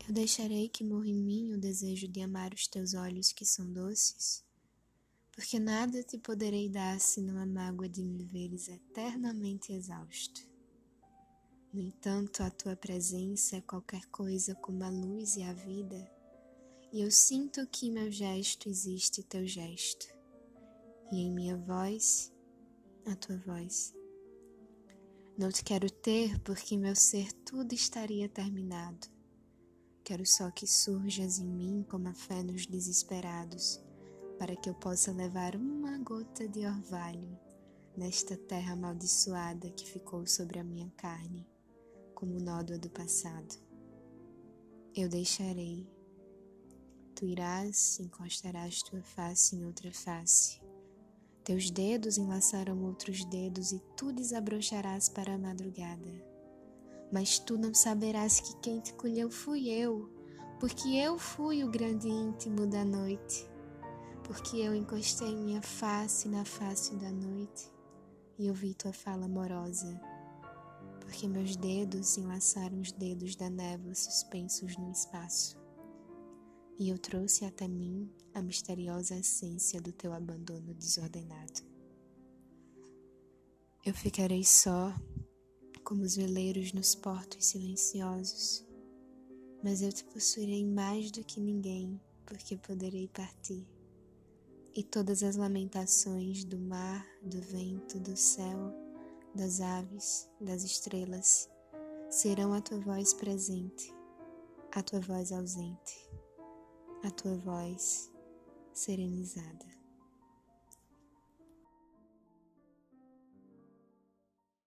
Eu deixarei que morra em mim o desejo de amar os teus olhos que são doces, porque nada te poderei dar senão a mágoa de me veres eternamente exausto. No entanto, a tua presença é qualquer coisa como a luz e a vida, e eu sinto que em meu gesto existe teu gesto, e em minha voz, a tua voz. Não te quero ter porque em meu ser tudo estaria terminado. Quero só que surjas em mim como a fé nos desesperados, para que eu possa levar uma gota de orvalho nesta terra amaldiçoada que ficou sobre a minha carne, como nódoa do passado. Eu deixarei. Tu irás, encostarás tua face em outra face. Teus dedos enlaçarão outros dedos e tu desabrocharás para a madrugada. Mas tu não saberás que quem te colheu fui eu, porque eu fui o grande íntimo da noite, porque eu encostei minha face na face da noite e ouvi tua fala amorosa, porque meus dedos enlaçaram os dedos da névoa suspensos no espaço, e eu trouxe até mim a misteriosa essência do teu abandono desordenado. Eu ficarei só, como os veleiros nos portos silenciosos, mas eu te possuirei mais do que ninguém, porque poderei partir. E todas as lamentações do mar, do vento, do céu, das aves, das estrelas, serão a tua voz presente, a tua voz ausente, a tua voz serenizada.